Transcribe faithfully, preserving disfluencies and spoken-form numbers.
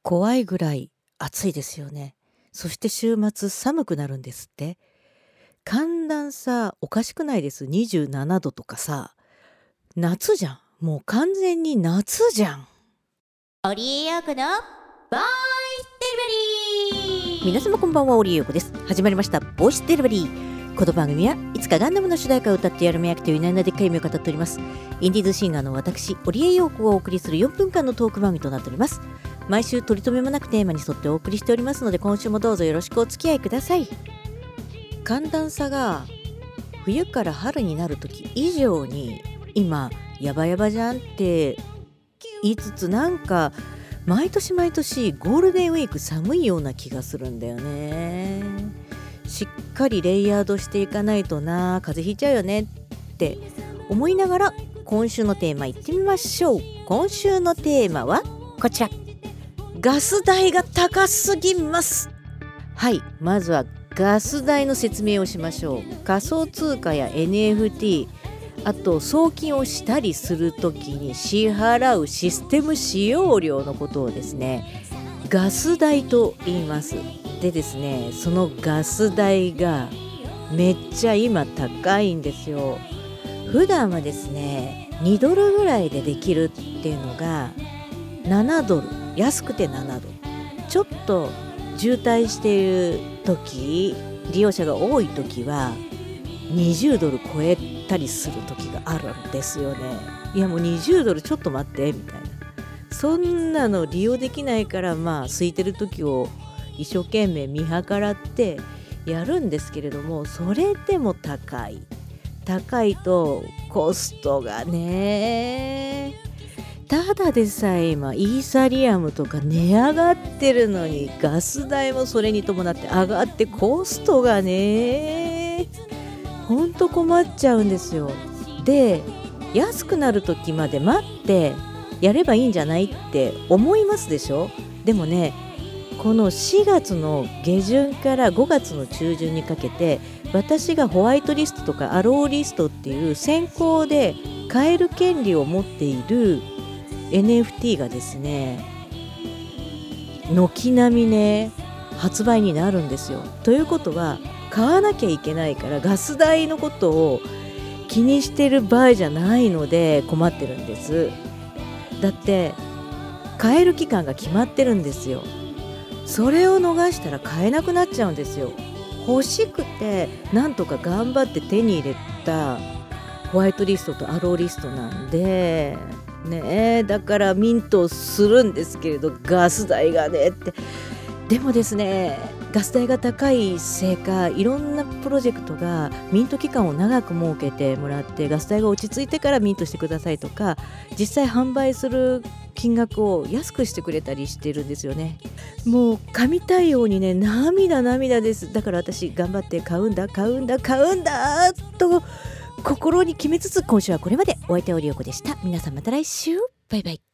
怖いぐらい暑いですよね。そして週末寒くなるんですって。寒暖差おかしくないです？にじゅうななどとかさ。夏じゃん。もう完全に夏じゃん。 オリエヨーコのボイスデリバリー。 皆様こんばんは、オリエヨーコです。始まりましたボイスデリバリー。この番組はいつかガンダムの主題歌を歌ってやるめ役という稲なでっかい夢を語っております。インディーズシンガーの私オリエヨーコがお送りするよんぷんかんのトーク番組となっております。毎週取り留めもなくテーマに沿ってお送りしておりますので、今週もどうぞよろしくお付き合いください。寒暖差が冬から春になる時以上に今ヤバヤバじゃんって言いつつ、なんか毎年毎年ゴールデンウィーク寒いような気がするんだよね。しっかりレイヤードしていかないとな、風邪ひいちゃうよねって思いながら、今週のテーマいってみましょう。今週のテーマはこちら。ガス代が高すぎます。はい、まずはガス代の説明をしましょう。仮想通貨や エヌエフティー、あと送金をしたりするときに支払うシステム使用料のことをですね、ガス代と言います。でですね、そのガス代がめっちゃ今高いんですよ。普段はですねにドルぐらいでできるっていうのがななドル、安くてななドル。ちょっと渋滞している時、利用者が多い時はにじゅうドル超えたりする時があるんですよね。いやもうにじゅうドルちょっと待ってみたいな、そんなの利用できないから、まあ空いてる時を一生懸命見計らってやるんですけれども、それでも高い高いとコストがね、ただでさえ今イーサリアムとか値上がってるのに、ガス代もそれに伴って上がって、コストがねほんと困っちゃうんですよ。で、安くなる時まで待ってやればいいんじゃないって思いますでしょ。でもね、このしがつの下旬からごがつの中旬にかけて、私がホワイトリストとかアローリストっていう先行で買える権利を持っている エヌエフティー がですね、軒並みね発売になるんですよ。ということは買わなきゃいけないから、ガス代のことを気にしてる場合じゃないので困ってるんです。だって買える期間が決まってるんですよ。それを逃したら買えなくなっちゃうんですよ。欲しくてなんとか頑張って手に入れたホワイトリストとアローリストなんでね、だからミントするんですけれど、ガス代がねって。でもですね、ガス代が高いせいか、いろんなプロジェクトがミント期間を長く設けてもらって、ガス代が落ち着いてからミントしてくださいとか、実際販売する金額を安くしてくれたりしてるんですよね。もう神対応にね、涙涙です。だから私頑張って買うんだ買うんだ買うんだと心に決めつつ、今週はこれまで。お相手はオリヨコでした。皆さんまた来週、バイバイ。